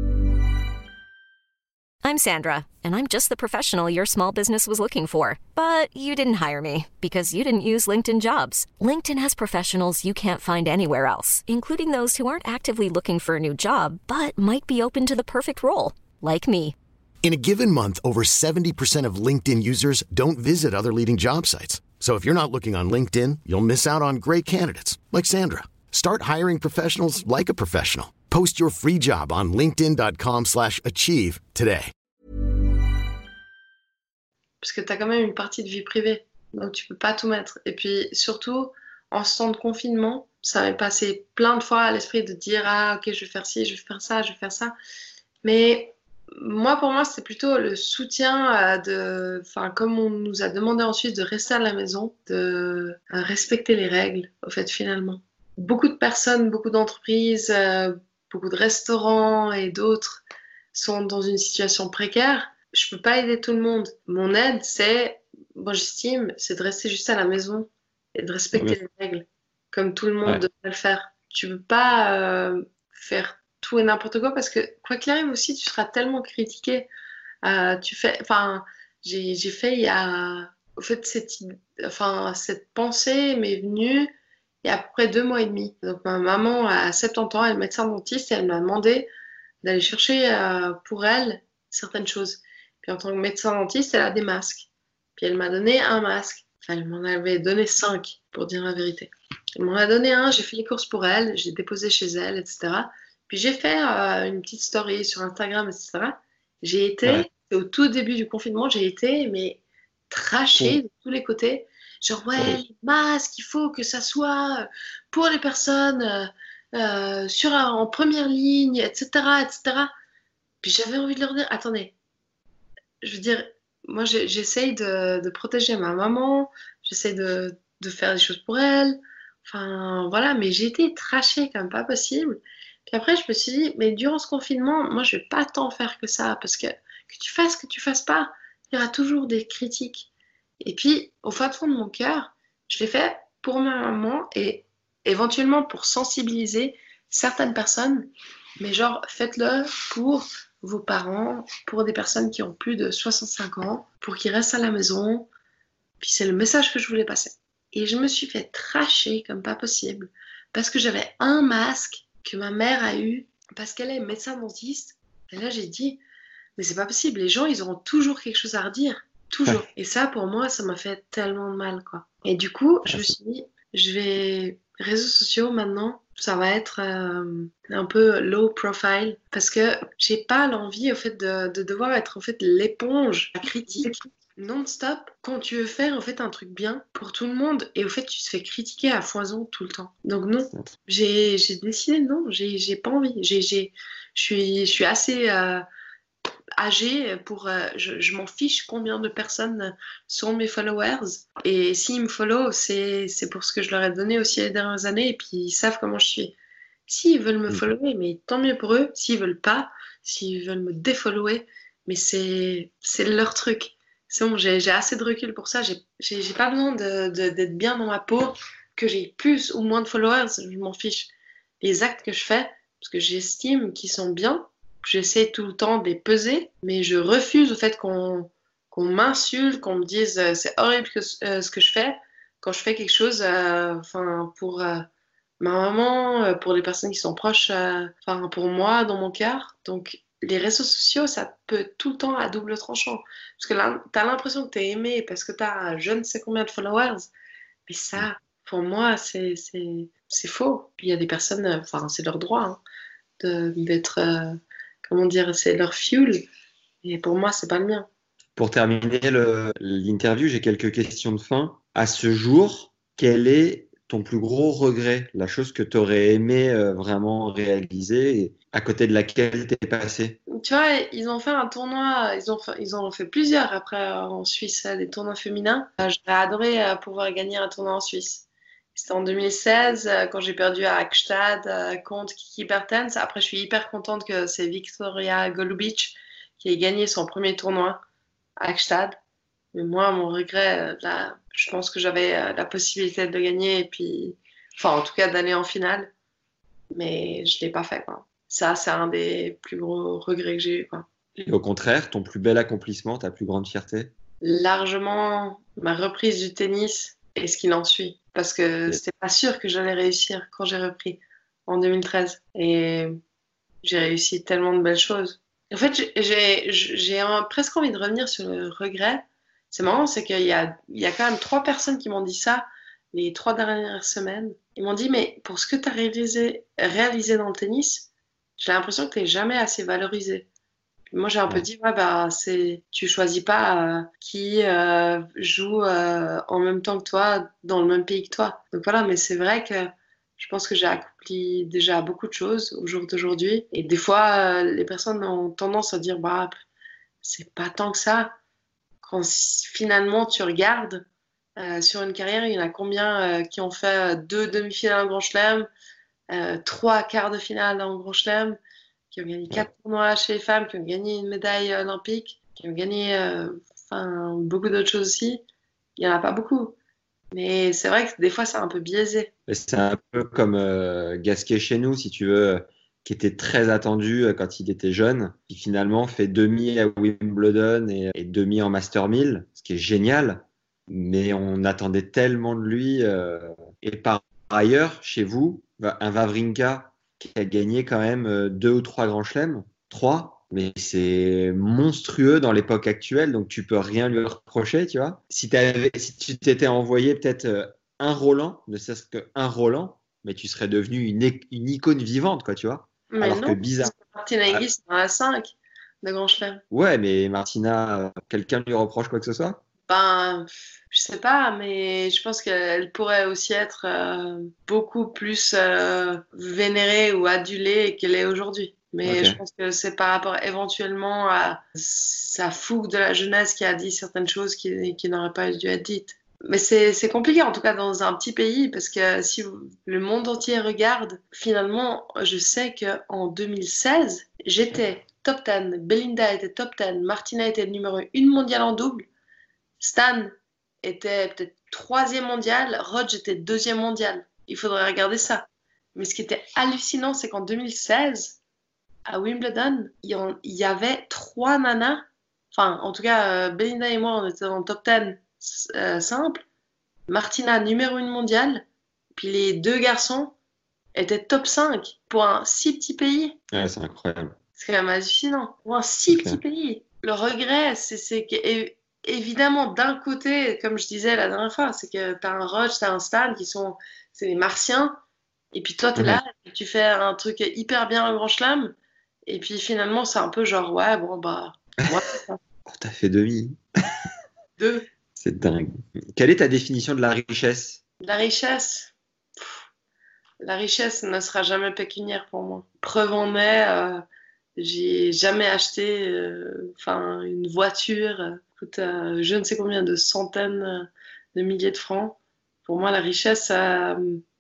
I'm Sandra, and I'm just the professional your small business was looking for. But you didn't hire me because you didn't use LinkedIn Jobs. LinkedIn has professionals you can't find anywhere else, including those who aren't actively looking for a new job, but might be open to the perfect role, like me. In a given month, over seventy percent of LinkedIn users don't visit other leading job sites. So if you're not looking on LinkedIn, you'll miss out on great candidates like Sandra. Start hiring professionals like a professional. Post your free job on linkedin dot com slash achieve today. Parce que tu as quand même une partie de vie privée. Donc tu peux pas tout mettre. Et puis surtout, en ce temps de confinement, ça m'est passé plein de fois à l'esprit de dire, ah ok, je vais faire ci, je vais faire ça, je vais faire ça. Mais moi, pour moi, c'était plutôt le soutien euh, de, enfin, comme on nous a demandé ensuite de rester à la maison, de euh, respecter les règles, au fait, finalement. Beaucoup de personnes, beaucoup d'entreprises, euh, beaucoup de restaurants et d'autres sont dans une situation précaire. Je peux pas aider tout le monde. Mon aide, c'est, moi j'estime, c'est de rester juste à la maison et de respecter Ouais. les règles, comme tout le monde Ouais. devrait le faire. Tu peux pas euh, faire tout et n'importe quoi parce que quoi qu'il arrive aussi, tu seras tellement critiqué. Euh, tu fais, enfin, j'ai j'ai fait il y a, au fait cette, id- enfin cette pensée m'est venue il y a à peu près deux mois et demi. Donc ma maman a soixante-dix ans, elle est médecin dentiste et elle m'a demandé d'aller chercher euh, pour elle certaines choses. Puis en tant que médecin dentiste, elle a des masques. Puis elle m'a donné un masque. Enfin, elle m'en avait donné cinq, pour dire la vérité. Elle m'en a donné un, j'ai fait les courses pour elle, j'ai déposé chez elle, et cetera. Puis j'ai fait euh, une petite story sur Instagram, et cetera. J'ai été, Ouais. au tout début du confinement, j'ai été, mais trashée Bon. de tous les côtés. Genre, ouais, Ouais. les masques, il faut que ça soit pour les personnes euh, euh, sur, un- en première ligne, et cetera, et cetera. Puis j'avais envie de leur dire, attendez, je veux dire, moi j'ai- j'essaye de, de protéger ma maman, j'essaye de, de faire des choses pour elle, enfin voilà, mais j'ai été trashée comme pas possible. Puis après je me suis dit, mais durant ce confinement, moi je vais pas tant faire que ça, parce que que tu fasses, que tu fasses pas, il y aura toujours des critiques. Et puis au fin de fond de mon cœur, je l'ai fait pour ma maman et éventuellement pour sensibiliser certaines personnes, mais genre faites-le pour vos parents, pour des personnes qui ont plus de soixante-cinq ans, pour qu'ils restent à la maison. Puis c'est le message que je voulais passer. Et je me suis fait trasher comme pas possible parce que j'avais un masque que ma mère a eu parce qu'elle est médecin dentiste. Et là, j'ai dit, mais c'est pas possible, les gens, ils auront toujours quelque chose à redire. Toujours. Et ça, pour moi, ça m'a fait tellement de mal, quoi. Et du coup, je me suis dit, je vais... Réseaux sociaux, maintenant, ça va être euh, un peu low profile parce que j'ai pas l'envie, au fait, de, de devoir être, en fait, l'éponge, la critique non-stop quand tu veux faire, en fait, un truc bien pour tout le monde et, au fait, tu te fais critiquer à foison tout le temps. Donc, non, j'ai, j'ai décidé, non, j'ai, j'ai pas envie. J'ai, j'ai, je suis, je suis assez... Euh, âgée pour euh, je, je m'en fiche combien de personnes sont mes followers et s'ils me follow c'est, c'est pour ce que je leur ai donné aussi les dernières années et puis ils savent comment je suis. S'ils veulent me Mm. follower, mais tant mieux pour eux. S'ils veulent pas, s'ils veulent me défollower, mais c'est, c'est leur truc. C'est bon, j'ai, j'ai assez de recul pour ça. J'ai, j'ai, j'ai pas besoin de, de, d'être bien dans ma peau, que j'ai plus ou moins de followers, je m'en fiche. Les actes que je fais, parce que j'estime qu'ils sont bien, j'essaie tout le temps de les peser, mais je refuse au fait qu'on, qu'on m'insulte, qu'on me dise euh, c'est horrible que, euh, ce que je fais quand je fais quelque chose euh, enfin, pour euh, ma maman, euh, pour les personnes qui sont proches, euh, enfin, pour moi, dans mon cœur. Donc, les réseaux sociaux, ça peut tout le temps à double tranchant. Parce que là, t'as l'impression que t'es aimé parce que t'as je ne sais combien de followers, mais ça, pour moi, c'est, c'est, c'est faux. Il y a des personnes, euh, enfin, c'est leur droit hein, de, d'être... euh, comment dire, c'est leur fuel. Et pour moi, c'est pas le mien. Pour terminer le- l'interview, j'ai quelques questions de fin. À ce jour, quel est ton plus gros regret, la chose que tu aurais aimé euh, vraiment réaliser et à côté de laquelle tu es passé? Tu vois, ils ont fait un tournoi, ils ont fait, ils en ont fait plusieurs après euh, en Suisse, euh, des tournois féminins. Euh, J'aurais adoré euh, pouvoir gagner un tournoi en Suisse. C'était en deux mille seize, euh, quand j'ai perdu à Hackstad euh, contre Kiki Bertens. Après, je suis hyper contente que c'est Victoria Golubic qui ait gagné son premier tournoi à Hackstad. Mais moi, mon regret, euh, là, je pense que j'avais euh, la possibilité de le gagner et puis, enfin, en tout cas, d'aller en finale. Mais je l'ai pas fait, quoi. Ça, c'est un des plus gros regrets que j'ai eu, quoi. Et au contraire, ton plus bel accomplissement, ta plus grande fierté? Largement ma reprise du tennis et ce qu'il en suit. Parce que Yes. c'était pas sûr que j'allais réussir quand j'ai repris en deux mille treize. Et j'ai réussi tellement de belles choses. En fait, j'ai, j'ai, j'ai un- presque envie de revenir sur le regret. C'est marrant, c'est qu'il y a, il y a quand même trois personnes qui m'ont dit ça les trois dernières semaines. Ils m'ont dit, mais pour ce que tu as réalisé, réalisé dans le tennis, j'ai l'impression que tu n'es jamais assez valorisé. Puis moi, j'ai un peu Ouais. dit, ouais, bah, c'est, tu choisis pas euh, qui euh, joue euh, en même temps que toi, dans le même pays que toi. Donc voilà, mais c'est vrai que je pense que j'ai accompli déjà beaucoup de choses au jour d'aujourd'hui. Et des fois, euh, les personnes ont tendance à dire, bah, c'est pas tant que ça. Quand s- finalement tu regardes euh, sur une carrière, il y en a combien euh, qui ont fait euh, deux demi-finales en Grand Chelem, euh, trois quarts de finale en Grand Chelem, qui ont gagné Ouais. quatre tournois chez les femmes, qui ont gagné une médaille euh, olympique, qui ont gagné euh, enfin, beaucoup d'autres choses aussi. Il n'y en a pas beaucoup. Mais c'est vrai que des fois, c'est un peu biaisé. Mais c'est un peu comme euh, Gasquet chez nous, si tu veux, euh, qui était très attendu euh, quand il était jeune, qui finalement fait demi à Wimbledon et, et demi en Master mille, ce qui est génial. Mais on attendait tellement de lui. euh, Et par ailleurs, chez vous, va- un Wawrinka qui a gagné quand même euh, deux ou trois grands chelems, trois, mais c'est monstrueux dans l'époque actuelle, donc tu peux rien lui reprocher, tu vois. Si, t'avais- si tu t'étais envoyé peut-être euh, un Roland, ne serait-ce qu'un Roland, mais tu serais devenu une, é- une icône vivante, quoi, tu vois. Mais Alors que non, bizarre. Martin Ah, Hingis dans la cinq de Grand Chelem. ouais, mais Martina, euh, quelqu'un lui reproche quoi que ce soit? Ben, je sais pas, mais je pense qu'elle pourrait aussi être euh, beaucoup plus euh, vénérée ou adulée qu'elle est aujourd'hui. Mais je Ok. pense que c'est par rapport éventuellement à sa fougue de la jeunesse qui a dit certaines choses qui, qui n'auraient pas dû être dites. Mais c'est, c'est compliqué, en tout cas dans un petit pays, parce que si vous- le monde entier regarde, finalement, je sais qu'en deux mille seize, j'étais top dix, Belinda était top dix, Martina était numéro une mondiale en double. Stan était peut-être troisième mondial, Rodge était deuxième mondial. Il faudrait regarder ça. Mais ce qui était hallucinant, c'est qu'en deux mille seize, à Wimbledon, il y, en- il y avait trois nanas. Enfin, en tout cas, euh, Belinda et moi, on était dans le top dix euh, simple. Martina, numéro une mondiale, puis les deux garçons étaient top cinq pour un si petit pays. Ouais, c'est incroyable. C'est quand même hallucinant. Pour un si Okay. petit pays. Le regret, c'est, c'est que, évidemment, d'un côté, comme je disais la dernière fois, c'est que tu as un Roche, tu as un Stan qui sont c'est des martiens, et puis toi, tu es Ouais. là, et tu fais un truc hyper bien au Grand Chelem, et puis finalement, c'est un peu genre, ouais, bon, bah, ouais, Oh, t'as fait demi. deux. C'est dingue. Quelle est ta définition de la richesse? La richesse, pff, la richesse ne sera jamais pécuniaire pour moi. Preuve en est, euh, j'ai jamais acheté euh, enfin, une voiture euh, qui coûte euh, je ne sais combien de centaines euh, de milliers de francs. Pour moi, la richesse, euh,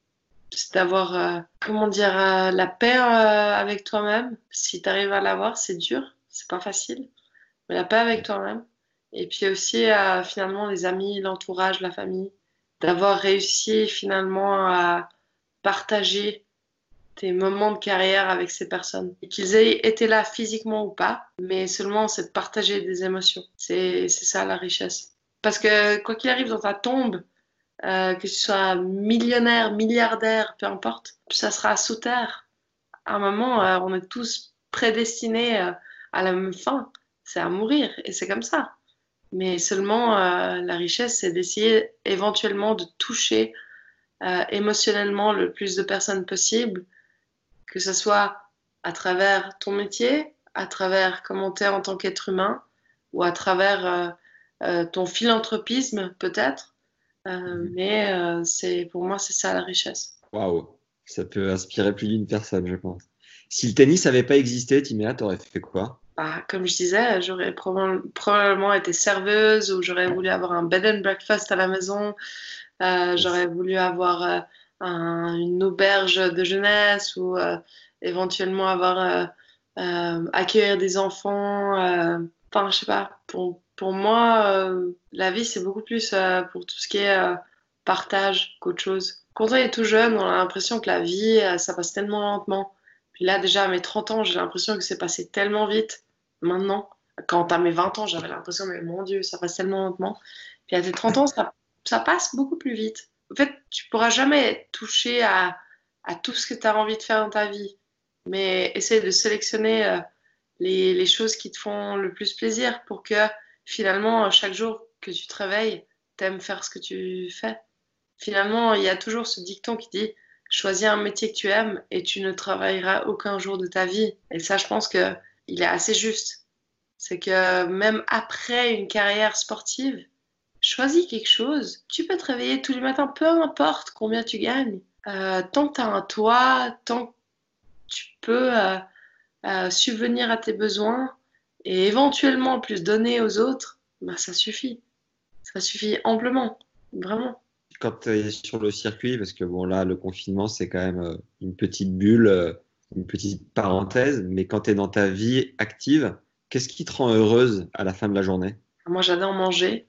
c'est d'avoir, euh, comment dire, euh, la paix euh, avec toi-même. Si tu arrives à l'avoir, c'est dur, c'est pas facile, mais la paix avec toi-même. Et puis aussi, euh, finalement, les amis, l'entourage, la famille. D'avoir réussi finalement à partager tes moments de carrière avec ces personnes. Et qu'ils aient été là physiquement ou pas, mais seulement c'est de partager des émotions. C'est, c'est ça la richesse. Parce que quoi qu'il arrive dans ta tombe, euh, que tu sois millionnaire, milliardaire, peu importe, ça sera sous terre. À un moment, euh, on est tous prédestinés euh, à la même fin, c'est à mourir, et c'est comme ça. Mais seulement, euh, la richesse, c'est d'essayer éventuellement de toucher euh, émotionnellement le plus de personnes possible, que ce soit à travers ton métier, à travers comment tu es en tant qu'être humain, ou à travers euh, euh, ton philanthropisme peut-être. Euh, mais euh, c'est, pour moi, c'est ça la richesse. Waouh, ça peut inspirer plus d'une personne, je pense. Si le tennis n'avait pas existé, Timéa, t'aurais fait quoi? Bah, comme je disais, j'aurais proba- probablement été serveuse ou j'aurais voulu avoir un bed and breakfast à la maison. Euh, j'aurais voulu avoir euh, un- une auberge de jeunesse ou euh, éventuellement avoir euh, euh, accueillir des enfants. euh. Enfin, je sais pas. Pour, pour moi, euh, la vie, c'est beaucoup plus euh, pour tout ce qui est euh, partage qu'autre chose. Quand on est tout jeune, on a l'impression que la vie, euh, ça passe tellement lentement. Puis là, déjà, à mes trente ans, j'ai l'impression que c'est passé tellement vite. Maintenant, quand à mes vingt ans, j'avais l'impression, mais mon Dieu, ça passe tellement lentement. Puis à tes trente ans, ça ça passe beaucoup plus vite. En fait, tu pourras jamais toucher à, à tout ce que tu as envie de faire dans ta vie, mais essaye de sélectionner euh, les, les choses qui te font le plus plaisir pour que finalement, chaque jour que tu te réveilles, t'aimes faire ce que tu fais. Finalement, il y a toujours ce dicton qui dit choisis un métier que tu aimes et tu ne travailleras aucun jour de ta vie. Et ça, je pense que il est assez juste. C'est que même après une carrière sportive, choisis quelque chose. Tu peux te réveiller tous les matins, peu importe combien tu gagnes. Euh, tant que tu as un toit, tant que tu peux euh, euh, subvenir à tes besoins et éventuellement plus donner aux autres, bah, ça suffit. Ça suffit amplement, vraiment. Quand tu es sur le circuit, parce que bon là, le confinement, c'est quand même euh, une petite bulle, euh, une petite parenthèse, mais quand tu es dans ta vie active, qu'est-ce qui te rend heureuse à la fin de la journée? Moi, j'adore manger.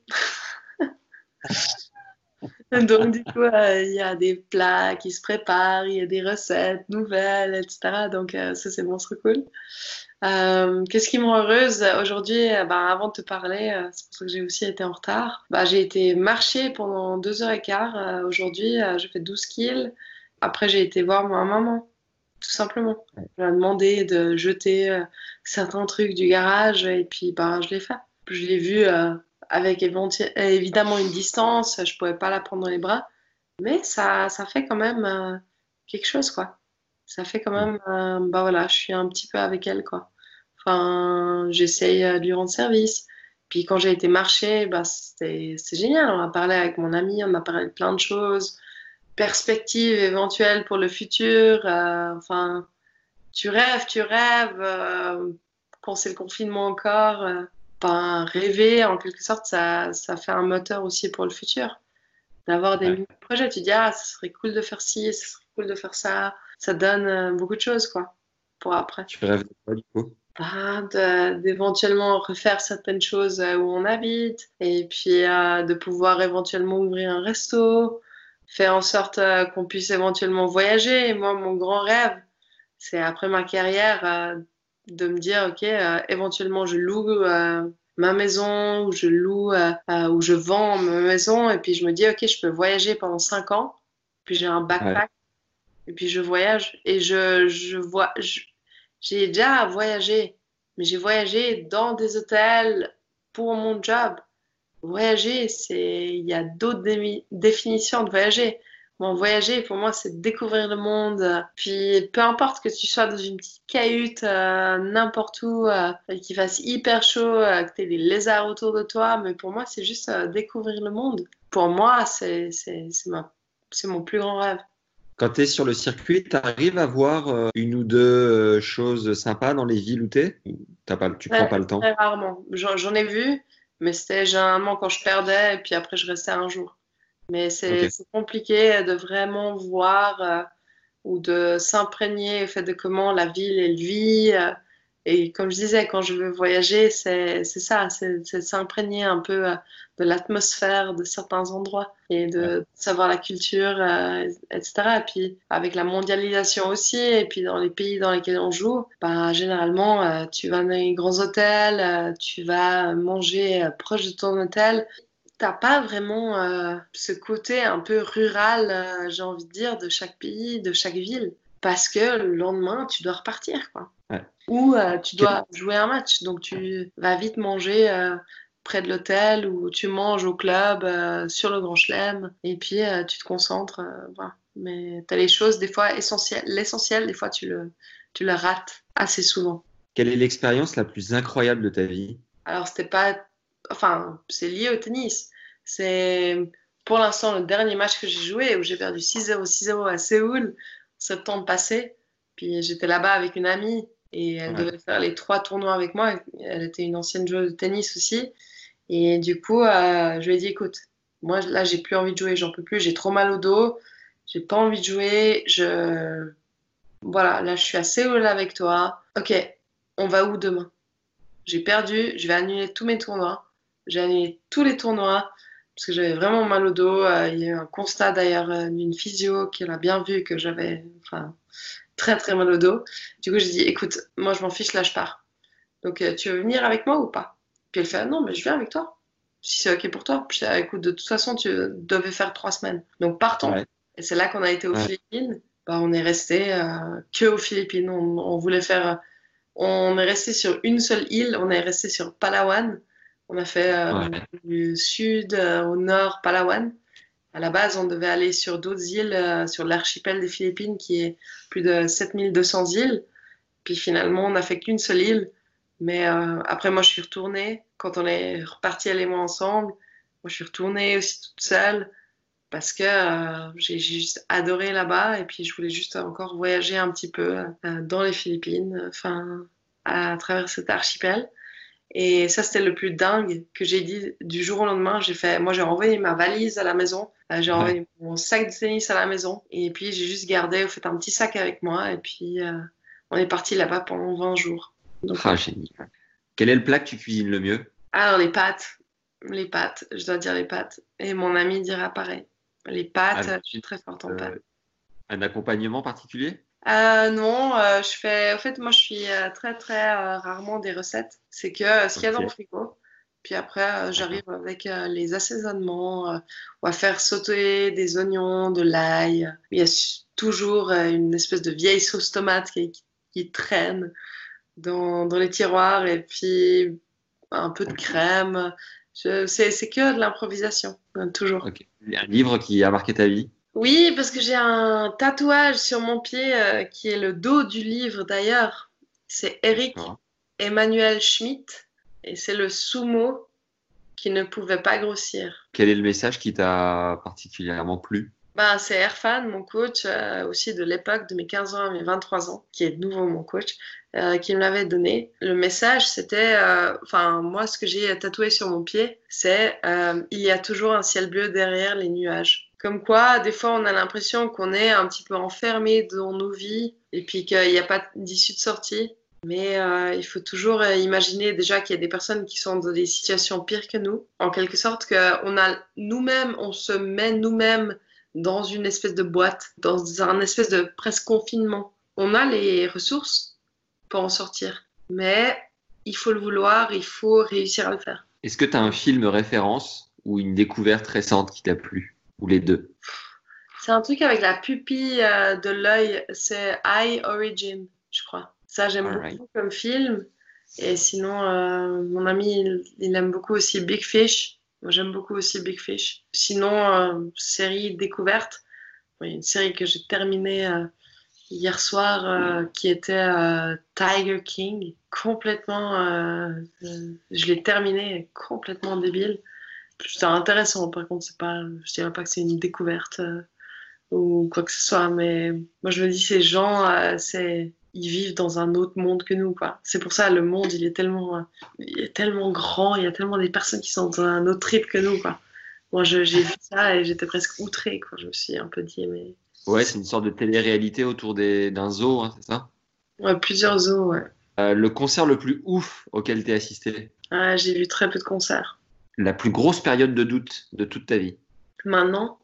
Donc, du coup, euh, il y a des plats qui se préparent, il y a des recettes nouvelles, et cetera. Donc, euh, ça, c'est bon, c'est cool. Euh, qu'est-ce qui me rend heureuse aujourd'hui? euh, ben, avant de te parler, euh, c'est pour ça que j'ai aussi été en retard. Ben, j'ai été marcher pendant deux heures et quart. Euh, aujourd'hui, euh, j'ai fait douze kills. Après, j'ai été voir ma maman, tout simplement. Elle m'a demandé de jeter euh, certains trucs du garage et puis ben, je l'ai fait. Je l'ai vue euh, avec éventi- évidemment une distance. Je pouvais pas la prendre dans les bras, mais ça, ça fait quand même euh, quelque chose, quoi. Ça fait quand même, euh, bah voilà, je suis un petit peu avec elle, quoi. Enfin, j'essaye euh, de lui rendre service. Puis quand j'ai été marcher, bah, c'était, c'est génial. On a parlé avec mon ami, on a parlé de plein de choses, perspectives éventuelles pour le futur. euh, enfin, tu rêves, tu rêves. euh, quand c'est le confinement encore, euh, ben, rêver, en quelque sorte, ça, ça fait un moteur aussi pour le futur. D'avoir des Ouais. mini-projets. Tu dis, ah, ça serait cool de faire ci, ça serait cool de faire ça. Ça donne euh, beaucoup de choses, quoi, pour après. Tu rêves de quoi du coup? Ben, de- d'éventuellement refaire certaines choses euh, où on habite, et puis euh, de pouvoir éventuellement ouvrir un resto, faire en sorte euh, qu'on puisse éventuellement voyager. Et moi, mon grand rêve, c'est après ma carrière, euh, de me dire, OK, euh, éventuellement je loue euh, ma maison, où je loue, euh, euh, où je vends ma maison, et puis je me dis, ok, je peux voyager pendant cinq ans, puis j'ai un Ouais. backpack, et puis je voyage, et je, je vois, je- j'ai déjà voyagé, mais j'ai voyagé dans des hôtels pour mon job. Voyager, c'est, il y a d'autres démi- définitions de voyager. Bon, voyager, pour moi, c'est découvrir le monde. euh, Puis, peu importe que tu sois dans une petite cahute, euh, n'importe où, euh, qu'il fasse hyper chaud, euh, que tu aies des lézards autour de toi, mais pour moi, c'est juste euh, découvrir le monde. Pour moi, c'est, c'est, c'est ma, c'est mon plus grand rêve. Quand tu es sur le circuit, tu arrives à voir euh, une ou deux euh, choses sympas dans les villes où tu es? T'as pas, tu prends Très, pas le très temps? rarement. J'en, j'en ai vu, mais c'était généralement quand je perdais, et puis après, je restais un jour. Mais c'est Ok. c'est compliqué de vraiment voir euh, ou de s'imprégner au fait de comment la ville elle vit. euh, et comme je disais, quand je veux voyager, c'est c'est ça, c'est c'est s'imprégner un peu euh, de l'atmosphère de certains endroits et Ouais. de savoir la culture, euh, et cetera. Et puis avec la mondialisation aussi, et puis dans les pays dans lesquels on joue, bah, généralement, euh, tu vas dans les grands hôtels, euh, tu vas manger euh, proche de ton hôtel. T'as pas vraiment euh, ce côté un peu rural, euh, j'ai envie de dire, de chaque pays, de chaque ville. Parce que le lendemain, tu dois repartir, quoi. Ouais. Ou euh, tu Quel- dois jouer un match. Donc tu vas vite manger euh, près de l'hôtel ou tu manges au club euh, sur le Grand Chelem. Et puis euh, tu te concentres. euh, voilà. Mais t'as les choses, des fois, essentielles. L'essentiel, des fois, tu le, tu le rates assez souvent. Quelle est l'expérience la plus incroyable de ta vie? Alors, c'était pas. Enfin, c'est lié au tennis. C'est pour l'instant le dernier match que j'ai joué où j'ai perdu six zéro, six zéro à Séoul, septembre passé. Puis j'étais là-bas avec une amie et elle Ouais. devait faire les trois tournois avec moi. Elle était une ancienne joueuse de tennis aussi. Et du coup, euh, je lui ai dit, écoute, moi là, j'ai plus envie de jouer, j'en peux plus, j'ai trop mal au dos, j'ai pas envie de jouer. Je. Voilà, là, je suis à Séoul avec toi. Ok, on va où demain? J'ai perdu, je vais annuler tous mes tournois. J'ai annulé tous les tournois parce que j'avais vraiment mal au dos. Euh, il y a eu un constat d'ailleurs euh, d'une physio qui l'a bien vu que j'avais enfin, très très mal au dos. Du coup, j'ai dit, écoute, moi je m'en fiche, là je pars. Donc euh, tu veux venir avec moi ou pas? Puis elle fait, ah, non, mais je viens avec toi. Si c'est ok pour toi. Puis je dis, ah, écoute, de toute façon, tu devais faire trois semaines. Donc partons. Ouais. Et c'est là qu'on a été aux Ouais. Philippines. Bah, on est resté euh, que aux Philippines. On, on voulait faire on est resté sur une seule île, on est resté sur Palawan. On a fait euh, Ouais. du sud euh, au nord Palawan. À la base, on devait aller sur d'autres îles, euh, sur l'archipel des Philippines qui est plus de sept mille deux cents îles. Puis finalement, on n'a fait qu'une seule île. Mais euh, après, moi, je suis retournée. Quand on est reparti, elle et moi ensemble, moi, je suis retournée aussi toute seule parce que euh, j'ai j'ai juste adoré là-bas et puis je voulais juste encore voyager un petit peu euh, dans les Philippines, enfin à travers cet archipel. Et ça, c'était le plus dingue que j'ai dit du jour au lendemain. J'ai fait, moi, j'ai renvoyé ma valise à la maison, euh, j'ai Ouais. renvoyé mon sac de tennis à la maison et puis j'ai juste gardé, au fait, un petit sac avec moi et puis euh, on est parti là-bas pendant vingt jours. Donc, Ah, ouais. génial. Quel est le plat que tu cuisines le mieux? Alors, les pâtes, les pâtes, je dois dire les pâtes. Et mon ami dira pareil. Les pâtes, Avec je suis très forte en pâtes. euh, un accompagnement particulier? Euh, non, euh, je fais. En fait, moi, je suis euh, très, très euh, rarement des recettes. C'est que euh, ce qu'il y a dans le Ok. frigo. Puis après, euh, D'accord. j'arrive avec euh, les assaisonnements. Euh, on va faire sauter des oignons, de l'ail. Il y a su- toujours euh, une espèce de vieille sauce tomate qui, qui, qui traîne dans, dans les tiroirs. Et puis un peu de crème. Je- C'est c'est que de l'improvisation, euh, toujours. Ok. Un livre qui a marqué ta vie? Oui, parce que j'ai un tatouage sur mon pied euh, qui est le dos du livre d'ailleurs. C'est Eric D'accord. Emmanuel Schmitt et c'est le sumo qui ne pouvait pas grossir. Quel est le message qui t'a particulièrement plu? Ben, c'est Erfan, mon coach, euh, aussi de l'époque, de mes quinze ans à mes vingt-trois ans, qui est de nouveau mon coach, euh, qui me l'avait donné. Le message, c'était, euh, enfin, moi, ce que j'ai tatoué sur mon pied, c'est euh, il y a toujours un ciel bleu derrière les nuages. Comme quoi, des fois, on a l'impression qu'on est un petit peu enfermé dans nos vies et puis qu'il n'y a pas d'issue de sortie. Mais euh, il faut toujours euh, imaginer déjà qu'il y a des personnes qui sont dans des situations pires que nous. En quelque sorte, qu'on a nous-mêmes, on se met nous-mêmes dans une espèce de boîte, dans un espèce de presque confinement. On a les ressources pour en sortir, mais il faut le vouloir, il faut réussir à le faire. Est-ce que tu as un film référence ou une découverte récente qui t'a plu? Ou les deux? C'est un truc avec la pupille euh, de l'œil, c'est Eye Origin, je crois. Ça, j'aime All beaucoup right. comme film. Et sinon, euh, mon ami, il, il aime beaucoup aussi Big Fish. Moi, j'aime beaucoup aussi Big Fish. Sinon, euh, série découverte. Oui, une série que j'ai terminée euh, hier soir euh, qui était euh, Tiger King. Complètement, euh, euh, je l'ai terminée complètement débile. C'était intéressant, par contre, c'est pas, je dirais pas que c'est une découverte euh, ou quoi que ce soit, mais moi je me dis, ces gens, euh, c'est, ils vivent dans un autre monde que nous, quoi. C'est pour ça, le monde, il est tellement, euh, il est tellement grand, il y a tellement des personnes qui sont dans un autre trip que nous, quoi. Moi, je, j'ai vu ça et j'étais presque outrée, quoi. Je me suis un peu dit, mais... Ouais, c'est une sorte de télé-réalité autour des, d'un zoo, hein, c'est ça? Ouais, plusieurs zoos, ouais. Euh, le concert le plus ouf auquel t'es assisté? Ouais, j'ai vu très peu de concerts. La plus grosse période de doute de toute ta vie? Maintenant,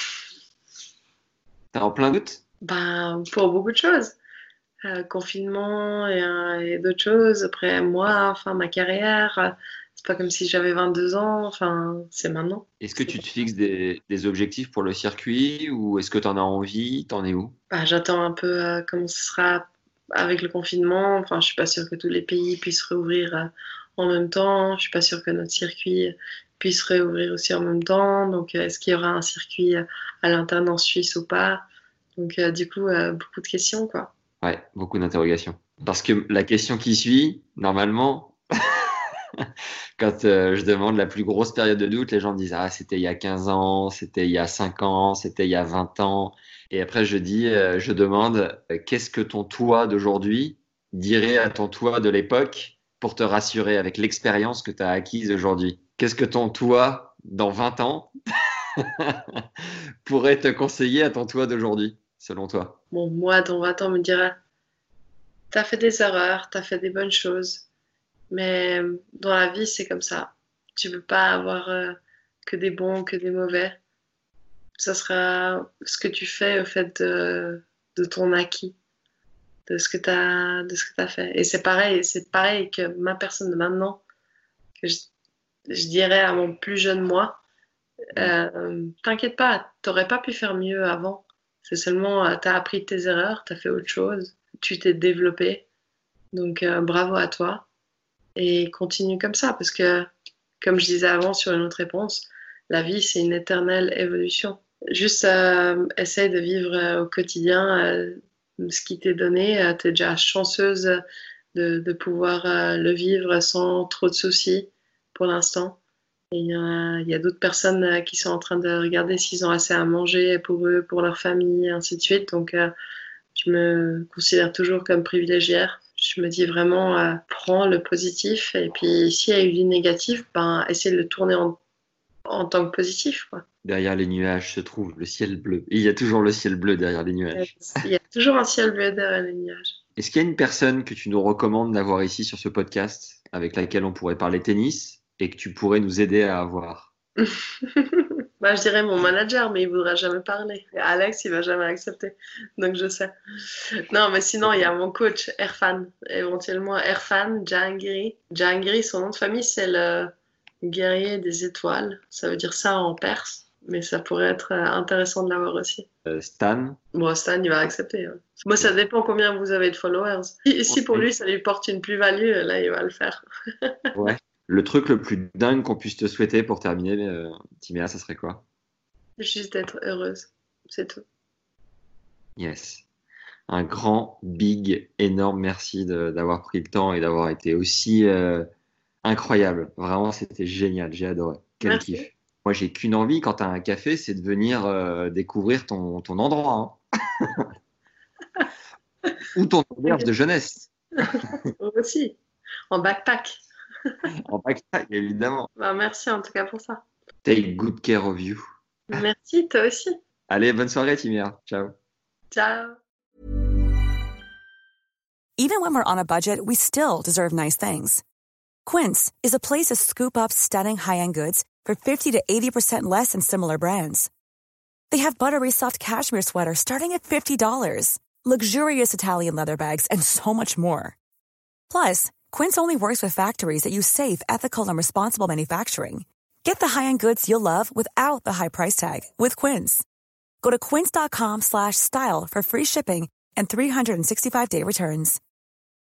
T'es en plein doute? ben, pour beaucoup de choses. Euh, confinement et, euh, et d'autres choses. Après, moi, enfin, ma carrière, euh, c'est pas comme si j'avais vingt-deux ans. Enfin, c'est maintenant. Est-ce que tu te fixes des, des objectifs pour le circuit ou est-ce que t'en as envie? T'en es où? Bah, j'attends un peu euh, comment ce sera avec le confinement. Enfin, je suis pas sûre que tous les pays puissent réouvrir euh, en même temps. Je suis pas sûre que notre circuit puisse réouvrir aussi en même temps. Donc, euh, est-ce qu'il y aura un circuit euh, à l'interne en Suisse ou pas? Donc, euh, du coup, euh, beaucoup de questions, quoi. Ouais, beaucoup d'interrogations. Parce que la question qui suit, normalement, quand euh, je demande la plus grosse période de doute, les gens disent ah, c'était il y a quinze ans, c'était il y a cinq ans, c'était il y a vingt ans. Et après, je dis, euh, je demande euh, qu'est-ce que ton toi d'aujourd'hui dirait à ton toi de l'époque pour te rassurer avec l'expérience que tu as acquise aujourd'hui. Qu'est-ce que ton toi dans vingt ans pourrait te conseiller à ton toi d'aujourd'hui, selon toi? Bon, moi, dans vingt ans, on me dira, t'as fait des erreurs, t'as fait des bonnes choses, mais dans la vie, c'est comme ça. Tu peux pas avoir euh, que des bons, que des mauvais. Ça sera ce que tu fais au fait de, de ton acquis, de ce que t'as, de ce que t'as fait. Et c'est pareil, c'est pareil que ma personne de maintenant, que je, je dirais à mon plus jeune moi, euh, t'inquiète pas, t'aurais pas pu faire mieux avant. C'est seulement, euh, t'as appris tes erreurs, t'as fait autre chose, tu t'es développé. Donc, euh, bravo à toi. Et continue comme ça, parce que, comme je disais avant sur une autre réponse, la vie, c'est une éternelle évolution. Juste euh, essaye de vivre euh, au quotidien euh, ce qui t'est donné. Euh, t'es déjà chanceuse de, de pouvoir euh, le vivre sans trop de soucis pour l'instant. Et il y a, il y a d'autres personnes euh, qui sont en train de regarder s'ils ont assez à manger pour eux, pour leur famille, et ainsi de suite. Donc, euh, je me considère toujours comme privilégiée. Je me dis vraiment, euh, prends le positif. Et puis, s'il y a eu du négatif, ben, essaie de le tourner en, en tant que positif, quoi. Derrière les nuages se trouve le ciel bleu. Et il y a toujours le ciel bleu derrière les nuages. Il y a toujours un ciel bleu derrière les nuages. Est-ce qu'il y a une personne que tu nous recommandes d'avoir ici sur ce podcast, avec laquelle on pourrait parler tennis et que tu pourrais nous aider à avoir? Bah, je dirais mon manager, mais il voudra jamais parler. Et Alex, il va jamais accepter. Donc, je sais. Non, mais sinon, il y a mon coach, Erfan. Éventuellement, Erfan Jahangiri. Jahangiri, son nom de famille, c'est le guerrier des étoiles. Ça veut dire ça en perse. Mais ça pourrait être intéressant de l'avoir aussi. Euh, Stan? Bon, Stan, il va accepter. Hein. Moi, ça dépend combien vous avez de followers. Si, si pour lui, ça lui porte une plus-value, là, il va le faire. Ouais. Le truc le plus dingue qu'on puisse te souhaiter pour terminer, euh, Timéa, ça serait quoi? Juste d'être heureuse. C'est tout. Yes. Un grand, big, énorme merci de, d'avoir pris le temps et d'avoir été aussi euh, incroyable. Vraiment, c'était génial. J'ai adoré. Quel Merci. kiff. Moi, j'ai qu'une envie quand tu as un café, c'est de venir euh, découvrir ton, ton endroit. Hein. Ou ton auberge de jeunesse. Moi aussi. En backpack. En backpack, évidemment. Bah, merci en tout cas pour ça. Take good care of you. Merci, toi aussi. Allez, bonne soirée, Timéa. Ciao. Ciao. Even when we're on a budget, we still deserve nice things. Quince is a place to scoop up stunning high-end goods for fifty to eighty percent less than similar brands. They have buttery soft cashmere sweaters starting at fifty dollars, luxurious Italian leather bags, and so much more. Plus, Quince only works with factories that use safe, ethical, and responsible manufacturing. Get the high-end goods you'll love without the high price tag with Quince. Go to quince.com slash style for free shipping and three sixty-five day returns.